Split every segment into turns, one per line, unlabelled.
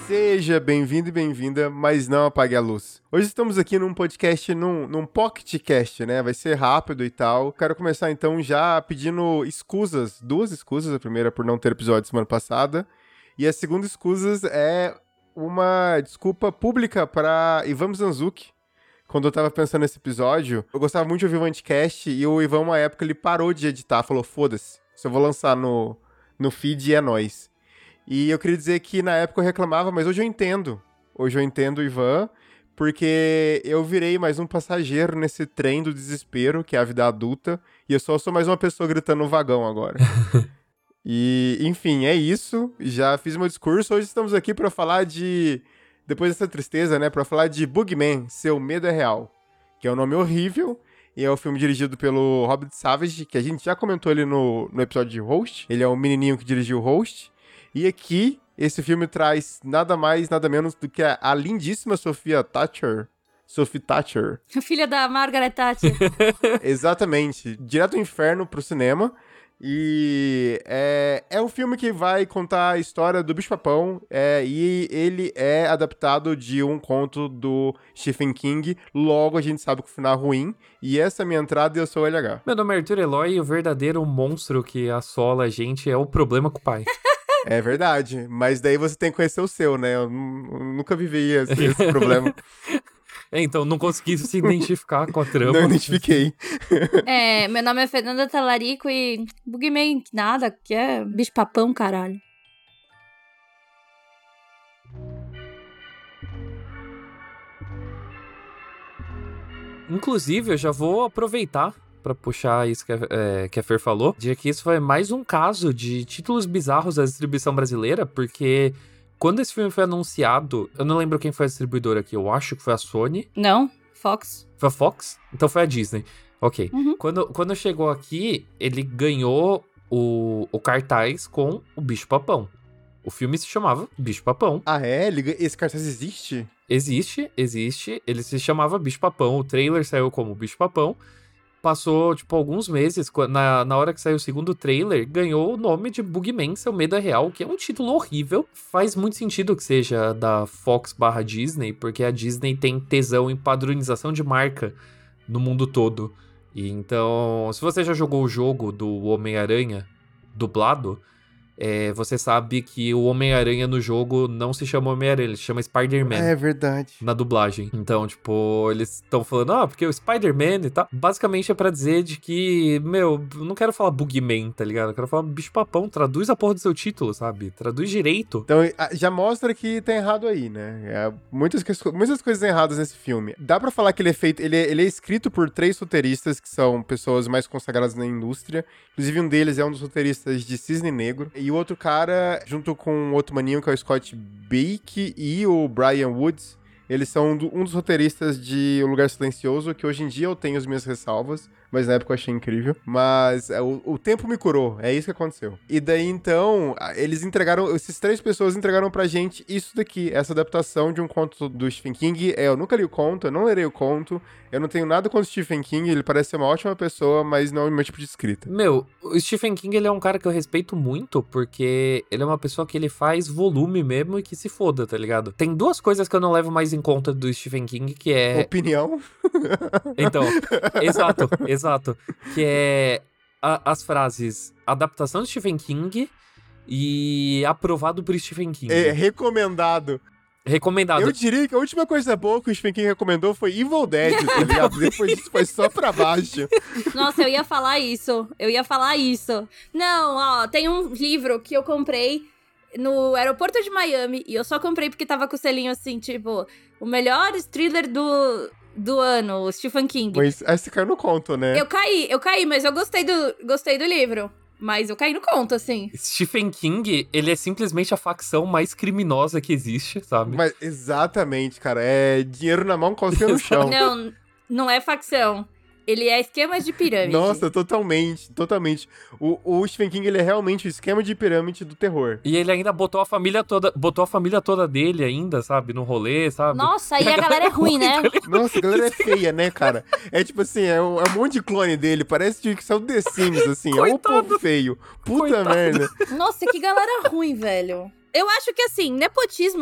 Seja bem-vindo e bem-vinda, mas não apague a luz. Hoje estamos aqui num podcast, num pocketcast, né? Vai ser rápido e tal. Quero começar então já pedindo escusas, duas escusas. A primeira por não ter episódio semana passada. E a segunda escusas é uma desculpa pública para Ivan Mizanzuki. Quando eu tava pensando nesse episódio, eu gostava muito de ouvir o Anticast e o Ivan, uma época, ele parou de editar. Falou, foda-se, se eu vou lançar no feed é nóis. E eu queria dizer que na época eu reclamava, mas hoje eu entendo. Hoje eu entendo o Ivan, porque eu virei mais um passageiro nesse trem do desespero, que é a vida adulta, e eu só sou mais uma pessoa gritando no vagão agora. E, enfim, é isso. Já fiz meu discurso. Hoje estamos aqui pra falar de... Depois dessa tristeza, né? Pra falar de Bugman, Seu Medo é Real. Que é um nome horrível. E é um filme dirigido pelo Robert Savage, que a gente já comentou ele no episódio de Host. Ele é o menininho que dirigiu o Host. E aqui, esse filme traz nada mais, nada menos do que a lindíssima Sophie Thatcher.
A filha da Margaret Thatcher.
Exatamente. Direto do inferno pro cinema. E é um filme que vai contar a história do Bicho-Papão. E ele é adaptado de um conto do Stephen King. Logo, a gente sabe que o final é ruim. E essa é a minha entrada e eu sou o LH.
Meu nome é Arthur Eloy e o verdadeiro monstro que assola a gente é o problema com o pai.
É verdade, mas daí você tem que conhecer o seu, né? Eu nunca vivi esse problema.
Então, não consegui se identificar com a trama.
Não identifiquei.
Meu nome é Fernanda Talarico e Bugman nada, que é bicho-papão, caralho.
Inclusive, eu já vou aproveitar pra puxar isso que a Fer falou, de que isso foi mais um caso de títulos bizarros da distribuição brasileira, porque quando esse filme foi anunciado, eu não lembro quem foi a distribuidora aqui, eu acho que foi a Sony.
Não, Fox.
Foi a Fox? Então foi a Disney. Ok.
Uhum.
Quando chegou aqui, ele ganhou o cartaz com o Bicho-Papão. O filme se chamava Bicho-Papão.
Ah, é? Esse cartaz existe?
Existe. Ele se chamava Bicho-Papão. O trailer saiu como Bicho-Papão. Passou, alguns meses, na hora que saiu o segundo trailer, ganhou o nome de Bugman, Seu Medo é Real, que é um título horrível. Faz muito sentido que seja da Fox/Disney, porque a Disney tem tesão em padronização de marca no mundo todo. E então, se você já jogou o jogo do Homem-Aranha dublado, você sabe que o Homem-Aranha no jogo não se chama Homem-Aranha, ele se chama Spider-Man.
É verdade.
Na dublagem. Então, eles estão falando, porque o Spider-Man e tal. Basicamente é pra dizer de que, eu não quero falar Bugman, tá ligado? Eu quero falar Bicho-Papão, traduz a porra do seu título, sabe? Traduz direito.
Então, já mostra que tá errado aí, né? Muitas coisas erradas nesse filme. Dá pra falar que ele é feito, ele é escrito por 3 roteiristas que são pessoas mais consagradas na indústria. Inclusive, um deles é um dos roteiristas de Cisne Negro. E o outro cara, junto com outro maninho, que é o Scott Bakula e o Brian Woods, eles são um dos roteiristas de O Lugar Silencioso, que hoje em dia eu tenho as minhas ressalvas, mas na época eu achei incrível. Mas o tempo me curou, é isso que aconteceu. E daí, então, essas 3 pessoas entregaram pra gente isso daqui, essa adaptação de um conto do Stephen King. Eu nunca li o conto, eu não lerei o conto, eu não tenho nada contra o Stephen King, ele parece ser uma ótima pessoa, mas não é o meu tipo de escrita.
O Stephen King, ele é um cara que eu respeito muito, porque ele é uma pessoa que ele faz volume mesmo e que se foda, tá ligado? Tem 2 coisas que eu não levo mais em conta do Stephen King, que é...
Opinião?
Então, exato. Que é as frases adaptação de Stephen King e aprovado por Stephen King.
Recomendado. Eu diria que a última coisa boa que o Stephen King recomendou foi Evil Dead, tá ligado? Depois disso foi só pra baixo.
Nossa, eu ia falar isso. Não, ó, tem um livro que eu comprei no aeroporto de Miami, e eu só comprei porque tava com o selinho assim, o melhor thriller do ano, o Stephen King.
Mas aí você caiu no conto, né?
Eu caí, mas eu gostei do livro. Mas eu caí no conto, assim.
Stephen King, ele é simplesmente a facção mais criminosa que existe, sabe?
Mas, exatamente, cara. É dinheiro na mão, calcinha no chão.
Não é facção. Ele é esquema de pirâmide.
Nossa, totalmente. O Stephen King, ele é realmente o esquema de pirâmide do terror.
E ele ainda botou a família toda dele ainda, sabe? No rolê, sabe?
Nossa, e a galera é ruim, né?
Nossa, a galera é feia, né, cara? É tipo assim, é um monte de clone dele. Parece que são The Sims, assim. É um povo feio. Puta merda.
Nossa, que galera ruim, velho. Eu acho que, assim, nepotismo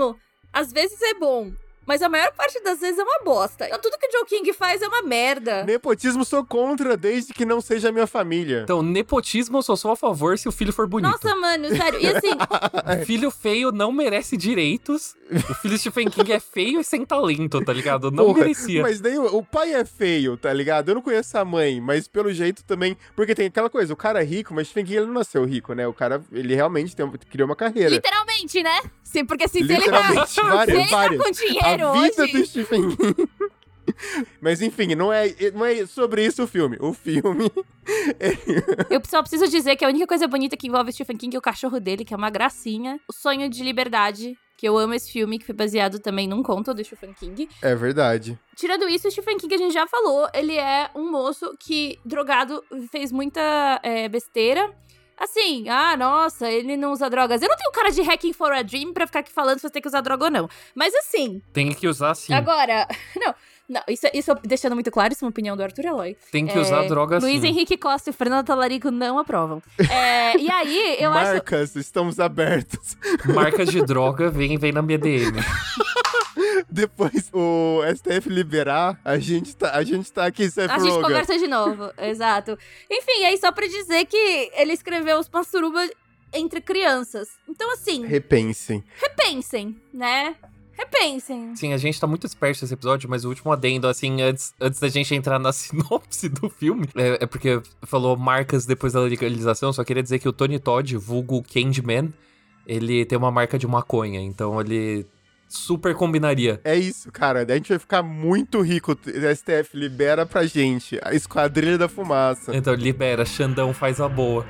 às vezes é bom, mas a maior parte das vezes é uma bosta. Então, tudo que o Joe King faz é uma merda.
Nepotismo sou contra, desde que não seja minha família.
Então, nepotismo eu sou só a favor se o filho for bonito.
Nossa, mano, sério. E assim,
Filho feio não merece direitos. O filho de Stephen King é feio e sem talento, tá ligado? Não
Porra,
merecia.
Mas daí o pai é feio, tá ligado? Eu não conheço a mãe, mas pelo jeito também... Porque tem aquela coisa, o cara é rico, mas Stephen King ele não nasceu rico, né? O cara, ele realmente criou uma carreira.
literalmente, né? Sim, porque se ele
Literalmente,
se
várias,
ele tá
várias.
com dinheiro
A vida
hoje...
do Stephen King. Mas enfim, não é sobre isso o filme. O filme...
Eu só preciso dizer que a única coisa bonita que envolve Stephen King é o cachorro dele, que é uma gracinha. O Sonho de Liberdade, que eu amo esse filme, que foi baseado também num conto do Stephen King.
É verdade.
Tirando isso, o Stephen King, a gente já falou, ele é um moço que, drogado, fez muita besteira. Assim, nossa, ele não usa drogas. Eu não tenho cara de Hacking for a Dream pra ficar aqui falando se você tem que usar droga ou não. Mas assim...
Tem que usar sim.
Agora... Não, isso deixando muito claro, isso é uma opinião do Arthur Eloy.
Tem que usar droga
Luiz
sim.
Henrique Costa e Fernando Talarico não aprovam. E aí, eu acho...
Marcas, estamos abertos.
Marcas de droga, vem na minha DM.
Depois o STF liberar, a gente tá aqui, Seth
A gente
Rogen.
conversa de novo, exato. Enfim, aí só pra dizer que ele escreveu os Massuruba entre crianças. Então, assim,
Repensem.
repensem, né? Repensem.
Sim, a gente tá muito esperto nesse episódio, mas o último adendo, assim, antes da gente entrar na sinopse do filme, é porque falou marcas depois da legalização, só queria dizer que o Tony Todd, vulgo Candyman, ele tem uma marca de maconha, então ele super combinaria.
É isso, cara. A gente vai ficar muito rico. O STF libera pra gente a Esquadrilha da Fumaça.
Então libera, Xandão faz a boa.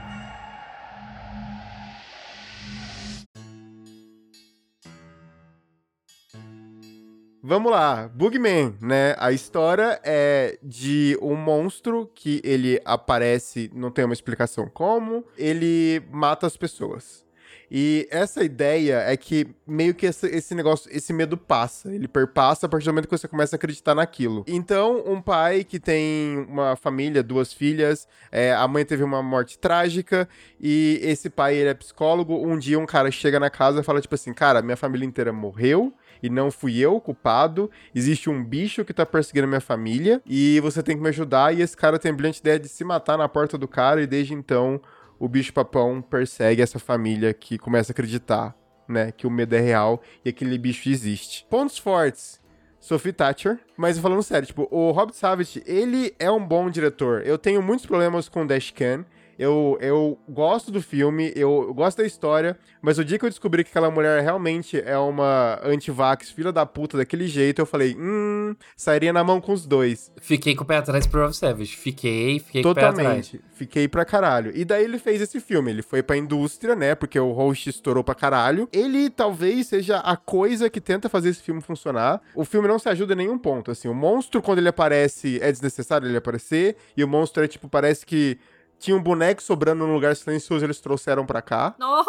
Vamos lá, Bugman, né? A história é de um monstro que ele aparece, não tem uma explicação como, ele mata as pessoas. E essa ideia é que meio que esse negócio, esse medo passa. Ele perpassa a partir do momento que você começa a acreditar naquilo. Então, um pai que tem uma família, 2 filhas, a mãe teve uma morte trágica, e esse pai, ele é psicólogo. Um dia um cara chega na casa e fala tipo assim, cara, minha família inteira morreu, e não fui eu o culpado, existe um bicho que tá perseguindo a minha família, e você tem que me ajudar, e esse cara tem a brilhante ideia de se matar na porta do cara, e desde então... o bicho-papão persegue essa família que começa a acreditar, né, que o medo é real e aquele bicho existe. Pontos fortes, Sophie Thatcher. Mas falando sério, tipo, o Rob Savage, ele é um bom diretor. Eu tenho muitos problemas com o Dashcam. Eu gosto do filme, eu gosto da história, mas o dia que eu descobri que aquela mulher realmente é uma anti-vax, filha da puta, daquele jeito, eu falei, sairia na mão com os dois.
Fiquei com o pé atrás pro Rob Savage. Fiquei com o pé atrás.
Totalmente. Fiquei pra caralho. E daí ele fez esse filme. Ele foi pra indústria, né? Porque o host estourou pra caralho. Ele talvez seja a coisa que tenta fazer esse filme funcionar. O filme não se ajuda em nenhum ponto, assim. O monstro, quando ele aparece, é desnecessário ele aparecer. E o monstro é, tipo, parece que tinha um boneco sobrando num lugar silencioso, eles trouxeram pra cá.
Nossa!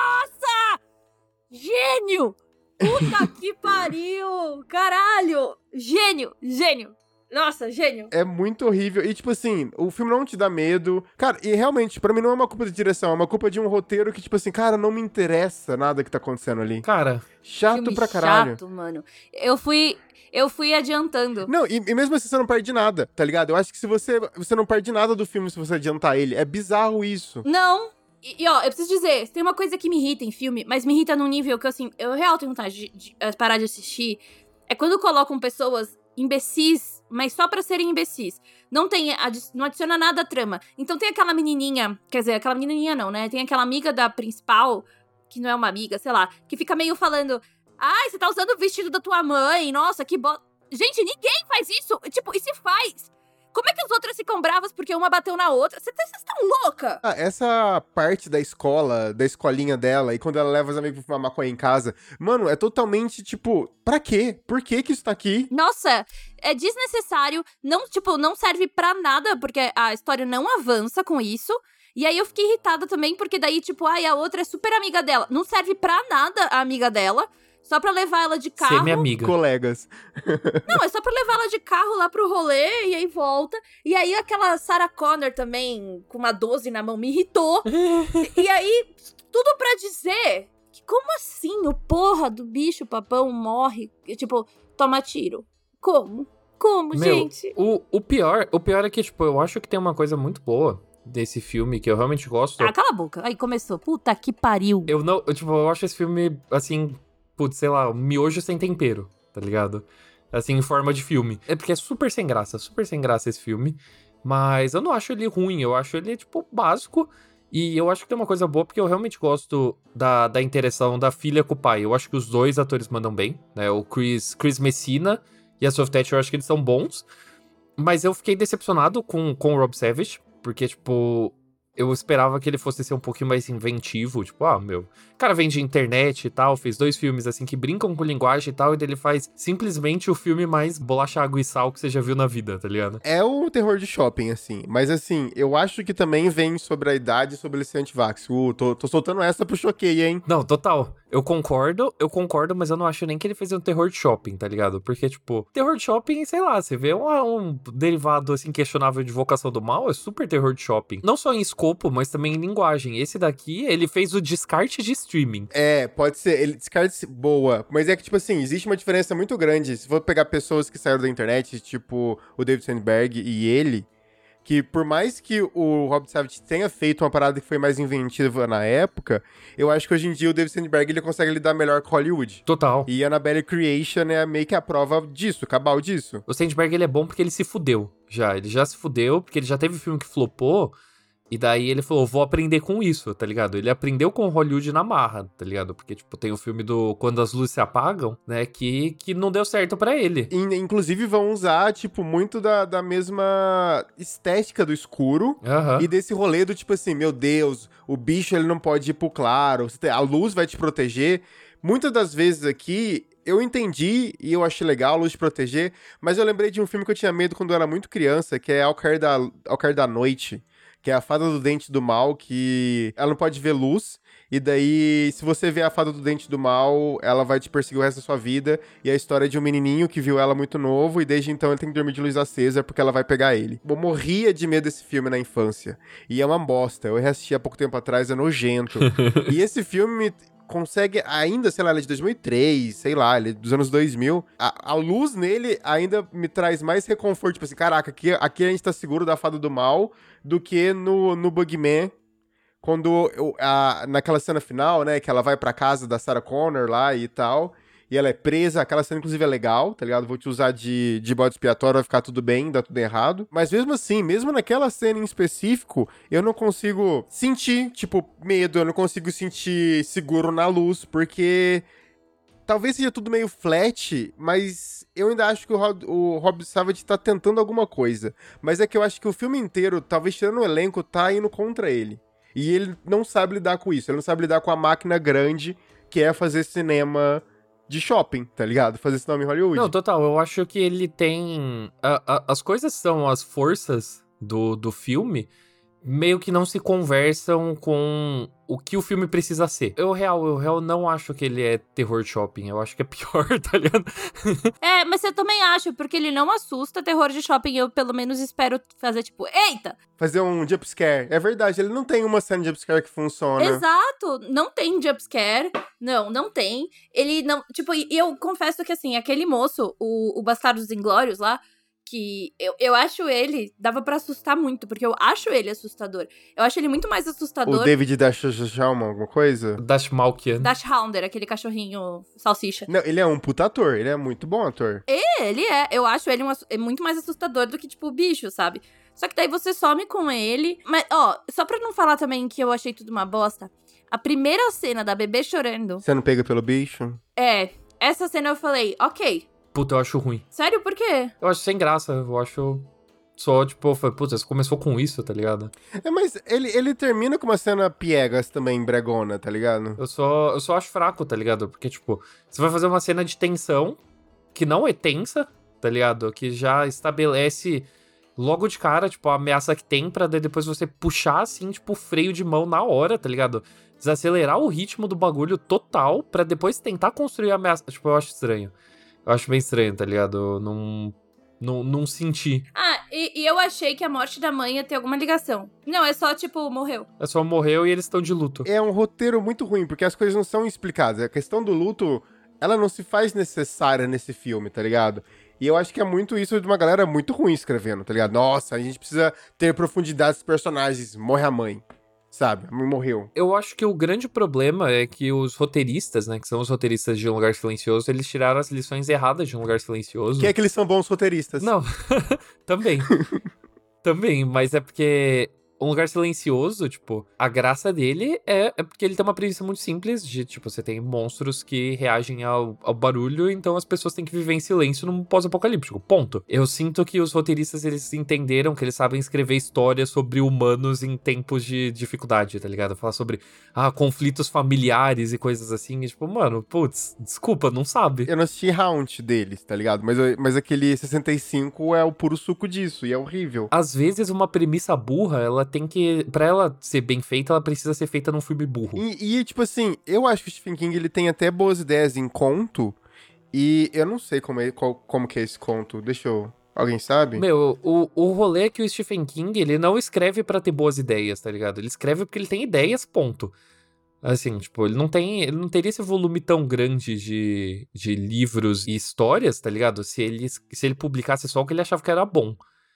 Gênio! Puta que pariu! Caralho! Gênio! Nossa, gênio!
É muito horrível. E, tipo assim, o filme não te dá medo. Cara, e realmente, pra mim não é uma culpa de direção, é uma culpa de um roteiro que, tipo assim, cara, não me interessa nada que tá acontecendo ali.
Cara,
chato
filme
pra caralho.
Chato, mano. Eu fui adiantando.
Não, e mesmo assim você não perde nada, tá ligado? Eu acho que se você não perde nada do filme se você adiantar ele. É bizarro isso.
Não. E ó, eu preciso dizer, tem uma coisa que me irrita em filme, mas me irrita num nível que, assim, eu real tenho vontade de parar de assistir. É quando colocam pessoas imbecis, mas só pra serem imbecis. Não adiciona nada à trama. Então tem aquela menininha, quer dizer, aquela menininha não, né? Tem aquela amiga da principal, que não é uma amiga, sei lá, que fica meio falando... Ai, você tá usando o vestido da tua mãe, nossa, que Gente, ninguém faz isso. Tipo, e se faz? Como é que as outras ficam bravas porque uma bateu na outra? Vocês estão louca?
Essa parte da escola, da escolinha dela, e quando ela leva os amigos pra fumar maconha em casa, mano, é totalmente, tipo, pra quê? Por que isso tá aqui?
Nossa, é desnecessário, não serve pra nada, porque a história não avança com isso. E aí eu fiquei irritada também, porque daí, tipo, a outra é super amiga dela. Não serve pra nada a amiga dela. Só pra levar ela de carro.
Ser minha amiga.
Colegas.
Não, é só pra levar ela de carro lá pro rolê e aí volta. E aí aquela Sarah Connor também, com uma 12 na mão, me irritou. E aí, tudo pra dizer Como assim o porra do bicho-papão morre, tipo, toma tiro? Como? Como, gente?
O pior é que, tipo, eu acho que tem uma coisa muito boa desse filme que eu realmente gosto.
Ah, cala a boca. Aí começou. Puta que pariu.
Eu acho esse filme, assim, putz, sei lá, um miojo sem tempero, tá ligado? Assim, em forma de filme. É porque é super sem graça esse filme. Mas eu não acho ele ruim, eu acho ele, tipo, básico. E eu acho que tem uma coisa boa, porque eu realmente gosto da interação da filha com o pai. Eu acho que os dois atores mandam bem, né? O Chris Messina e a Sophie Thatcher, eu acho que eles são bons. Mas eu fiquei decepcionado com o Rob Savage, porque, tipo, eu esperava que ele fosse ser um pouquinho mais inventivo. Tipo, o cara vem de internet e tal, fez 2 filmes, assim, que brincam com linguagem e tal, e daí ele faz simplesmente o filme mais bolacha, água e sal que você já viu na vida, tá ligado?
É o terror de shopping, assim. Mas, assim, eu acho que também vem sobre a idade e sobre ele ser antivax. Tô soltando essa pro choquei, hein?
Não, total. Eu concordo, mas eu não acho nem que ele fez um terror de shopping, tá ligado? Porque, tipo, terror de shopping, sei lá, você vê um derivado, assim, questionável de Invocação do Mal, é super terror de shopping. Não só em escopo, mas também em linguagem. Esse daqui, ele fez o descarte de streaming.
É, pode ser. Ele descarte boa. Mas é que, tipo assim, existe uma diferença muito grande. Se for pegar pessoas que saíram da internet, tipo o David Sandberg e ele, que por mais que o Rob Savage tenha feito uma parada que foi mais inventiva na época, eu acho que hoje em dia o David Sandberg ele consegue lidar melhor com Hollywood.
Total.
E Annabelle Creation é meio que a prova disso, cabal disso.
O Sandberg, ele é bom porque ele se fudeu já. Ele já se fudeu, porque ele já teve filme que flopou. E daí ele falou, vou aprender com isso, tá ligado? Ele aprendeu com Hollywood na marra, tá ligado? Porque, tipo, tem o filme do Quando as Luzes se Apagam, né? Que não deu certo pra ele.
Inclusive vão usar, tipo, muito da mesma estética do escuro.
Aham.
E desse rolê do tipo assim, meu Deus, o bicho ele não pode ir pro claro, a luz vai te proteger. Muitas das vezes aqui, eu entendi e eu achei legal a luz te proteger, mas eu lembrei de um filme que eu tinha medo quando eu era muito criança, que é Ao Cair da Noite. Que é a Fada do Dente do Mal, que ela não pode ver luz, e daí, se você vê a Fada do Dente do Mal, ela vai te perseguir o resto da sua vida, e é a história de um menininho que viu ela muito novo, e desde então ele tem que dormir de luz acesa, porque ela vai pegar ele. Eu morria de medo desse filme na infância, e é uma bosta, eu reassisti há pouco tempo atrás, é nojento. E esse filme consegue ainda, sei lá, ele é de 2003, sei lá, ele é dos anos 2000. A luz nele ainda me traz mais reconforto. Tipo assim, caraca, aqui a gente tá seguro da Fada do Mal do que no Bugman. Quando, naquela cena final, né, que ela vai pra casa da Sarah Connor lá e tal, e ela é presa, aquela cena inclusive é legal, tá ligado? Vou te usar de bode expiatório, vai ficar tudo bem, dá tudo errado. Mas mesmo assim, mesmo naquela cena em específico, eu não consigo sentir, tipo, medo, eu não consigo sentir seguro na luz, porque talvez seja tudo meio flat, mas eu ainda acho que o Rob Savage tá tentando alguma coisa. Mas é que eu acho que o filme inteiro, talvez tirando o elenco, tá indo contra ele. E ele não sabe lidar com isso, ele não sabe lidar com a máquina grande que é fazer cinema de shopping, tá ligado? Fazer cinema em Hollywood.
Não, total, eu acho que ele tem... as coisas são as forças do filme, meio que não se conversam com o que o filme precisa ser. Eu real não acho que ele é terror de shopping, eu acho que é pior, tá ligado?
É, mas eu também acho, porque ele não assusta terror de shopping, eu pelo menos espero fazer tipo, eita!
Fazer um jumpscare. É verdade, ele não tem uma cena de jumpscare que funciona.
Exato! Não tem jumpscare. Não tem. Ele não... Tipo, e eu confesso que, assim, aquele moço, o Bastardos Inglórios lá, que eu acho ele... Dava pra assustar muito, porque eu acho ele assustador. Eu acho ele muito mais assustador...
O David Dashmalchian, alguma coisa?
Dashmalchian.
Dashhounder, aquele cachorrinho salsicha.
Não, ele é um puta ator, ele é muito bom ator.
Ele é. Eu acho ele muito mais assustador do que, tipo, o bicho, sabe? Só que daí você some com ele. Mas, ó, só pra não falar também que eu achei tudo uma bosta, a primeira cena da bebê chorando...
Você não pega pelo bicho?
Essa cena eu falei, ok.
Puta, eu acho ruim.
Sério, por quê?
Eu acho sem graça, eu acho... Só, tipo, puta, você começou com isso, tá ligado?
É, mas ele termina com uma cena piegas também, bregona, tá ligado?
Eu só acho fraco, tá ligado? Porque, tipo, você vai fazer uma cena de tensão que não é tensa, tá ligado? Que já estabelece logo de cara, tipo, a ameaça que tem pra depois você puxar, assim, tipo, o freio de mão na hora, tá ligado? Desacelerar o ritmo do bagulho total pra depois tentar construir a ameaça. Tipo, eu acho estranho. Eu acho bem estranho, tá ligado? Não senti.
E eu achei que a morte da mãe ia ter alguma ligação. Não, é só, tipo, morreu.
É só morreu e eles estão de luto.
É um roteiro muito ruim, porque as coisas não são explicadas. A questão do luto, ela não se faz necessária nesse filme, tá ligado? E eu acho que é muito isso de uma galera muito ruim escrevendo, tá ligado? Nossa, a gente precisa ter profundidade dos personagens. Morre a mãe, sabe? A mãe morreu.
Eu acho que o grande problema é que os roteiristas, né, que são os roteiristas de Um Lugar Silencioso, eles tiraram as lições erradas de Um Lugar Silencioso.
Que é que eles são bons roteiristas.
Não, também. Também, mas é porque Um Lugar Silencioso, tipo, a graça dele é porque ele tem uma premissa muito simples de, tipo, você tem monstros que reagem ao barulho, então as pessoas têm que viver em silêncio num pós-apocalíptico, ponto. Eu sinto que os roteiristas, eles entenderam que eles sabem escrever histórias sobre humanos em tempos de dificuldade, tá ligado? Falar sobre, conflitos familiares e coisas assim, e tipo, mano, putz, desculpa, não sabe.
Eu não assisti Haunt deles, tá ligado? Mas aquele 65 é o puro suco disso, e é horrível.
Às vezes uma premissa burra, ela tem que, pra ela ser bem feita, ela precisa ser feita num filme burro.
E tipo assim, eu acho que o Stephen King, ele tem até boas ideias em conto, e eu não sei como que é esse conto, alguém sabe?
Meu, o rolê é que o Stephen King, ele não escreve pra ter boas ideias, tá ligado? Ele escreve porque ele tem ideias, ponto. Assim, tipo, ele não teria esse volume tão grande de livros e histórias, tá ligado? Se ele publicasse só o que ele achava que era bom.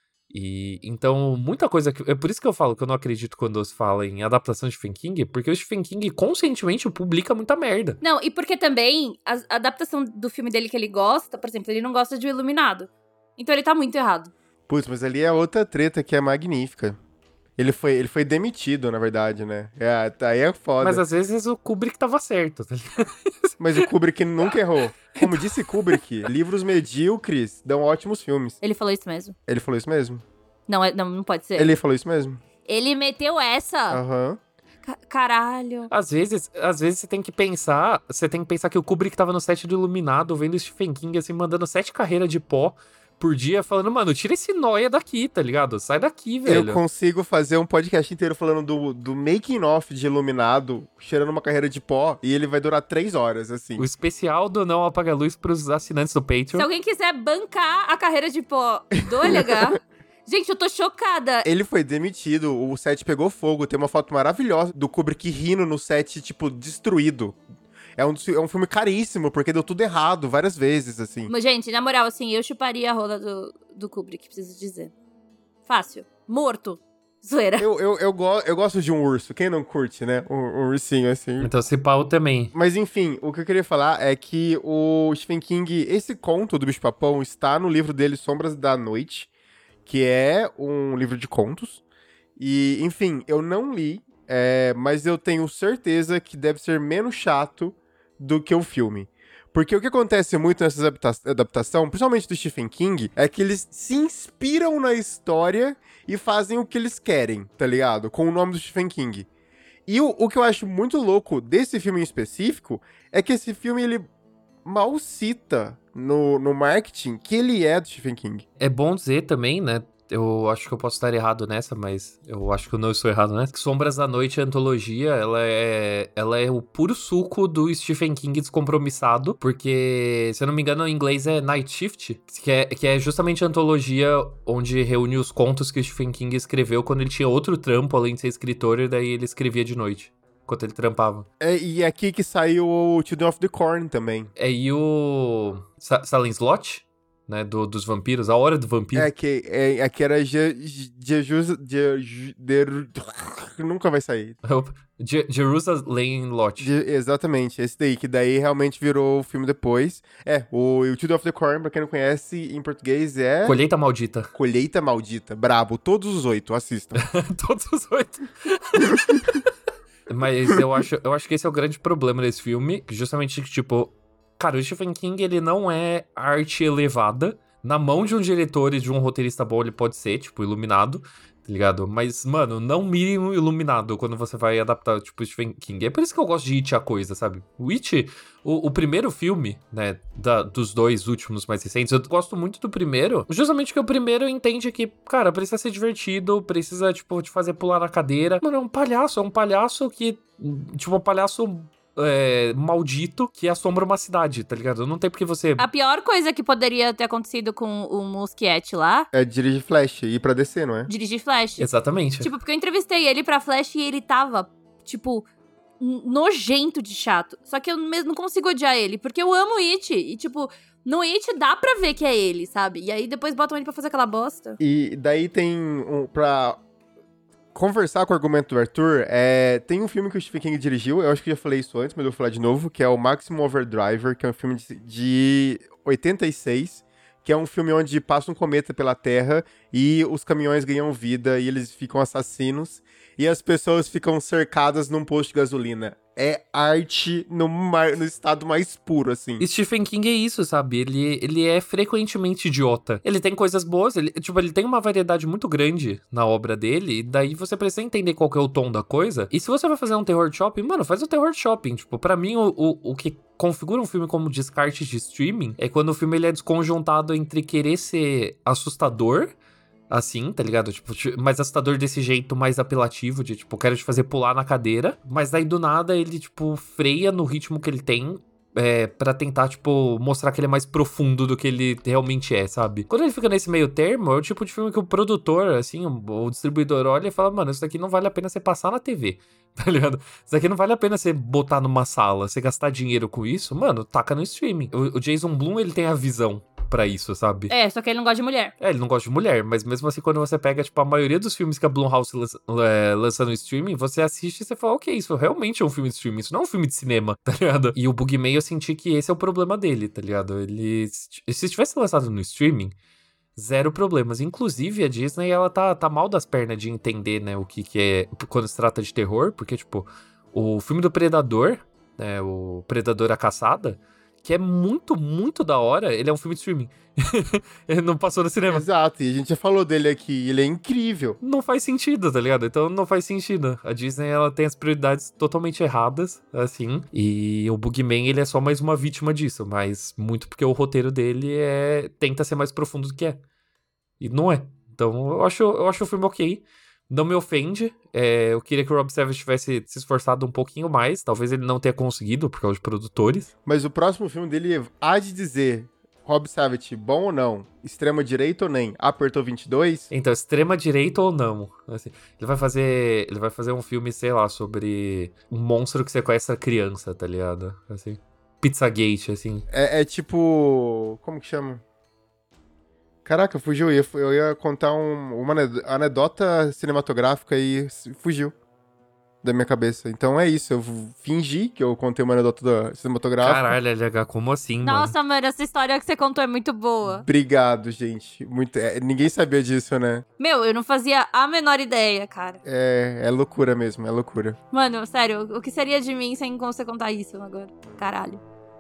E então, muita coisa. É por isso que eu falo que eu não acredito quando se fala em adaptação de Stephen King, porque o Stephen King conscientemente publica muita merda.
Não, e porque também a adaptação do filme dele que ele gosta, por exemplo, ele não gosta de O Iluminado. Então ele tá muito errado.
Putz, mas ali é outra treta que é magnífica. Ele foi demitido, na verdade, né? Aí é foda.
Mas às vezes o Kubrick tava certo, tá ligado?
Mas o Kubrick nunca errou. Como disse Kubrick, livros medíocres dão ótimos filmes.
Ele falou isso mesmo.
Ele falou isso mesmo?
Não pode ser.
Ele falou isso mesmo?
Ele meteu essa.
Aham.
Caralho.
Às vezes você tem que pensar que o Kubrick tava no set do Iluminado, vendo o Stephen King, assim, mandando 7 carreiras de pó por dia, falando, mano, tira esse nóia daqui, tá ligado? Sai daqui, velho.
Eu consigo fazer um podcast inteiro falando do making off de Iluminado, cheirando uma carreira de pó, e ele vai durar 3 horas, assim.
O especial do Não Apaga a Luz pros assinantes do Patreon.
Se alguém quiser bancar a carreira de pó do LH... Gente, eu tô chocada.
Ele foi demitido, o set pegou fogo, tem uma foto maravilhosa do Kubrick rindo no set, tipo, destruído. É um filme caríssimo, porque deu tudo errado várias vezes, assim.
Mas, gente, na moral, assim, eu chuparia a rola do Kubrick, preciso dizer. Fácil. Morto. Zoeira.
Eu gosto de um urso. Quem não curte, né? Um ursinho, assim.
Então, esse pau também.
Mas, enfim, o que eu queria falar é que o Stephen King, esse conto do Bicho-Papão está no livro dele Sombras da Noite, que é um livro de contos. E, enfim, eu não li, mas eu tenho certeza que deve ser menos chato do que o filme. Porque o que acontece muito nessas adaptações, principalmente do Stephen King, é que eles se inspiram na história e fazem o que eles querem, tá ligado? Com o nome do Stephen King. E o que eu acho muito louco desse filme em específico é que esse filme, ele mal cita no marketing que ele é do Stephen King.
É bom dizer também, né? Eu acho que eu posso estar errado nessa, mas eu acho que eu não estou errado nessa. Sombras da Noite, a antologia, ela é o puro suco do Stephen King descompromissado, porque, se eu não me engano, em inglês é Night Shift, que é justamente a antologia onde reúne os contos que o Stephen King escreveu quando ele tinha outro trampo, além de ser escritor, e daí ele escrevia de noite, enquanto ele trampava.
E aqui que saiu o Children of the Corn também.
E o Silent Slot, né, dos vampiros, a hora do vampiro.
Aqui era nunca vai sair.
Jerusalem Lot.
Exatamente, esse daí, que daí realmente virou o filme depois. O Children of the Corn, pra quem não conhece, em português é...
Colheita Maldita.
Colheita Maldita, brabo, todos os 8, assistam.
Todos os 8. Mas eu acho que esse é o grande problema desse filme, justamente, tipo... Cara, o Stephen King, ele não é arte elevada. Na mão de um diretor e de um roteirista bom, ele pode ser, tipo, iluminado, tá ligado? Mas, mano, não mire um iluminado quando você vai adaptar, tipo, Stephen King. É por isso que eu gosto de It, a coisa, sabe? O It, o primeiro filme, né, dos 2 últimos mais recentes, eu gosto muito do primeiro, justamente porque o primeiro entende que, cara, precisa ser divertido, precisa, tipo, te fazer pular na cadeira. Mano, é um palhaço que, tipo, um palhaço maldito que assombra uma cidade, tá ligado? Não tem porque você...
A pior coisa que poderia ter acontecido com o Muschietti lá...
É dirigir Flash e ir pra DC, não é?
Dirigir Flash.
Exatamente.
Tipo, porque eu entrevistei ele pra Flash e ele tava, tipo, nojento de chato. Só que eu mesmo não consigo odiar ele, porque eu amo It. E, tipo, no It dá pra ver que é ele, sabe? E aí depois botam ele pra fazer aquela bosta.
E daí tem pra conversar com o argumento do Arthur, tem um filme que o Stephen King dirigiu, eu acho que eu já falei isso antes, mas eu vou falar de novo, que é o Maximum Overdriver, que é um filme de 86, que é um filme onde passa um cometa pela Terra e os caminhões ganham vida e eles ficam assassinos e as pessoas ficam cercadas num posto de gasolina. É arte no estado mais puro, assim.
Stephen King é isso, sabe? Ele é frequentemente idiota. Ele tem coisas boas, ele tem uma variedade muito grande na obra dele, e daí você precisa entender qual que é o tom da coisa. E se você vai fazer um terror shopping, mano, faz o terror shopping. Tipo, pra mim, o que configura um filme como descarte de streaming é quando o filme ele é desconjuntado entre querer ser assustador, assim, tá ligado? Tipo, mais assustador desse jeito mais apelativo, de tipo, quero te fazer pular na cadeira. Mas daí do nada ele, tipo, freia no ritmo que ele tem. Pra tentar, tipo, mostrar que ele é mais profundo do que ele realmente é, sabe? Quando ele fica nesse meio termo, é o tipo de filme que o produtor, assim, o distribuidor olha e fala, mano, isso daqui não vale a pena você passar na TV, tá ligado? Isso daqui não vale a pena você botar numa sala, você gastar dinheiro com isso, mano, taca no streaming. O Jason Blum, ele tem a visão pra isso, sabe?
Só que ele não gosta de mulher.
Ele não gosta de mulher, mas mesmo assim, quando você pega, tipo, a maioria dos filmes que a Blumhouse lança no streaming, você assiste e você fala, ok, isso realmente é um filme de streaming, isso não é um filme de cinema, tá ligado? E o Boogeyman, eu senti que esse é o problema dele, tá ligado? Ele, se tivesse lançado no streaming, zero problemas. Inclusive, a Disney, ela tá mal das pernas de entender, né, o que é, quando se trata de terror, porque, tipo, o filme do Predador, né, o Predador a Caçada, que é muito, muito da hora, ele é um filme de streaming. Ele não passou no cinema.
Exato, e a gente já falou dele aqui, ele é incrível.
Não faz sentido, tá ligado? Então não faz sentido. A Disney, ela tem as prioridades totalmente erradas, assim, e o Boogeyman, ele é só mais uma vítima disso, mas muito porque o roteiro dele tenta ser mais profundo do que é. E não é. Então eu acho o filme ok. Não me ofende. Eu queria que o Rob Savage tivesse se esforçado um pouquinho mais. Talvez ele não tenha conseguido, por causa de produtores.
Mas o próximo filme dele há de dizer, Rob Savage, bom ou não? Extrema direita ou nem? Apertou 22?
Então, extrema direita ou não? Assim, ele vai fazer um filme, sei lá, sobre um monstro que sequestra criança, tá ligado? Assim, Pizzagate, assim.
É tipo... Como que chama? Caraca, fugiu. Eu ia contar uma anedota cinematográfica e fugiu da minha cabeça. Então é isso, eu fingi que eu contei uma anedota cinematográfica.
Caralho, LH, como assim, mano?
Nossa, mano, essa história que você contou é muito boa.
Obrigado, gente. Ninguém sabia disso, né?
Meu, eu não fazia a menor ideia, cara.
É loucura mesmo, é loucura.
Mano, sério, o que seria de mim sem você contar isso agora? Caralho.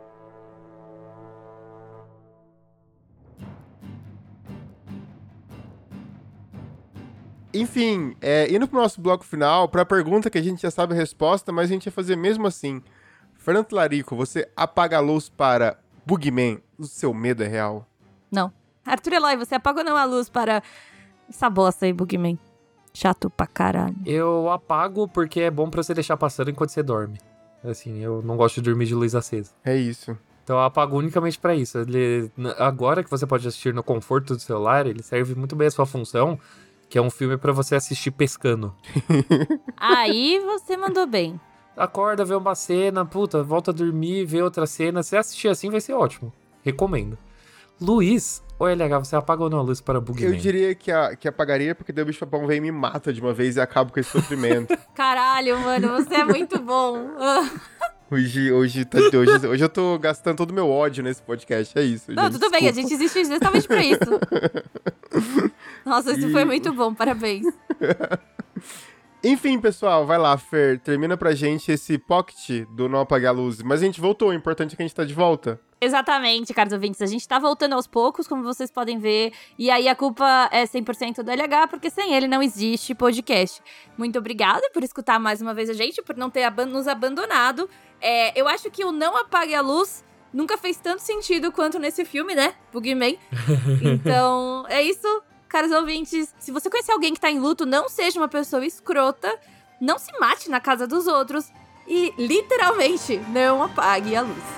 Enfim, indo pro nosso bloco final, pra pergunta que a gente já sabe a resposta, mas a gente vai fazer mesmo assim. Fernando Larico, você apaga a luz para Boogeyman, o seu medo é real?
Não. Arthur Eloy, você apaga ou não a luz para essa bosta aí, Boogeyman? Chato pra caralho.
Eu apago porque é bom pra você deixar passando enquanto você dorme. Assim, eu não gosto de dormir de luz acesa.
É isso.
Então eu apago unicamente pra isso. Agora que você pode assistir no conforto do celular, ele serve muito bem a sua função, que é um filme pra você assistir pescando.
Aí você mandou bem.
Acorda, vê uma cena, puta, volta a dormir, vê outra cena. Se assistir assim vai ser ótimo. Recomendo. Luiz, oi, legal, você apaga ou não a luz para Boogeyman?
Eu diria que apagaria, porque daí o bicho-papão vem e me mata de uma vez e acaba com esse sofrimento.
Caralho, mano, você é muito bom.
Hoje eu tô gastando todo o meu ódio nesse podcast, é isso.
Não,
gente,
tudo bem, a gente existe justamente pra isso. Nossa, isso foi muito bom, parabéns.
Enfim, pessoal, vai lá, Fer, termina pra gente esse pocket do Não Apagar a Luz. Mas a gente voltou, o importante é que a gente tá de volta.
Exatamente, caros ouvintes, a gente tá voltando aos poucos, como vocês podem ver, e aí a culpa é 100% do LH, porque sem ele não existe podcast. Muito obrigada por escutar mais uma vez a gente, por não ter nos abandonado. Eu acho que o Não Apague a Luz nunca fez tanto sentido quanto nesse filme, né, Boogeyman? Então, é isso. Caros ouvintes, se você conhecer alguém que tá em luto, não seja uma pessoa escrota, não se mate na casa dos outros, e, literalmente, não apague a luz.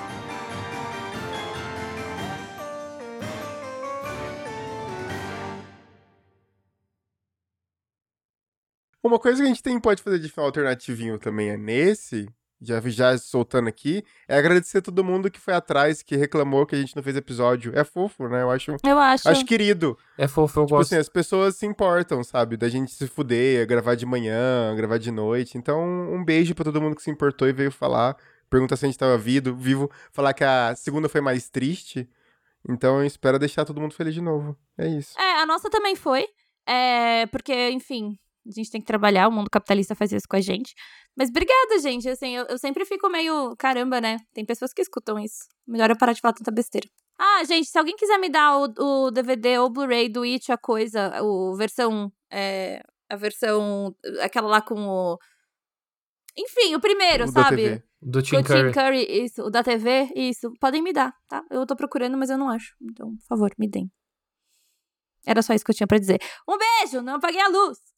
Uma coisa que a gente pode fazer de final alternativinho também é nesse, já soltando aqui, é agradecer a todo mundo que foi atrás, que reclamou que a gente não fez episódio. É fofo, né? Eu acho querido.
É fofo, eu
Tipo
gosto.
assim, as pessoas se importam, sabe? Da gente se fuder, gravar de manhã, gravar de noite. Então, um beijo pra todo mundo que se importou e veio falar. Perguntar se a gente tava vivo. Falar que a segunda foi mais triste. Então, eu espero deixar todo mundo feliz de novo. É isso.
A nossa também foi. Porque, enfim, a gente tem que trabalhar, o mundo capitalista faz isso com a gente. Mas obrigada, gente. Assim, eu sempre fico meio, caramba, né? Tem pessoas que escutam isso. Melhor eu parar de falar tanta besteira. Ah, gente, se alguém quiser me dar o DVD ou Blu-ray do It, a versão, a versão, aquela lá com o... Enfim, o primeiro,
O da
sabe?
TV.
Do
Com
Tim
o Tim
Curry.
Curry, isso. O da TV, isso. Podem me dar, tá? Eu tô procurando, mas eu não acho. Então, por favor, me deem. Era só isso que eu tinha pra dizer. Um beijo, não apaguei a luz!